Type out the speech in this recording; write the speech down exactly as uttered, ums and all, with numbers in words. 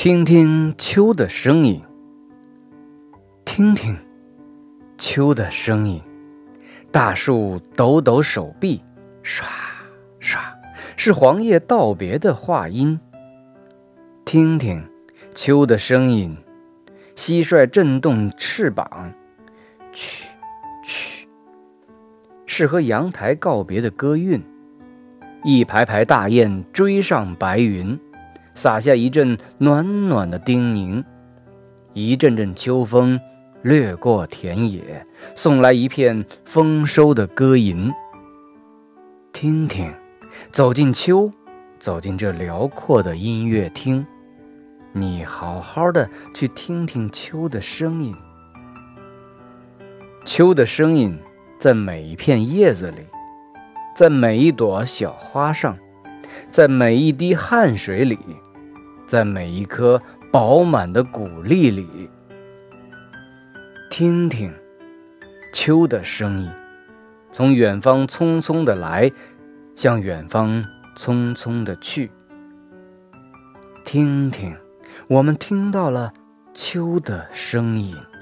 听听秋的声音，听听秋的声音。大树抖抖手臂，唰唰，是黄叶道别的话音。听听秋的声音，蟋蟀震动翅膀，去去，是和阳台告别的歌韵。一排排大雁追上白云，洒下一阵暖暖的叮咛。一阵阵秋风掠过田野，送来一片丰收的歌吟。听听，走进秋，走进这辽阔的音乐厅，你好好的去听听秋的声音。秋的声音在每一片叶子里，在每一朵小花上，在每一滴汗水里，在每一颗饱满的谷粒里。听听秋的声音，从远方匆匆的来，向远方匆匆的去。听听，我们听到了秋的声音。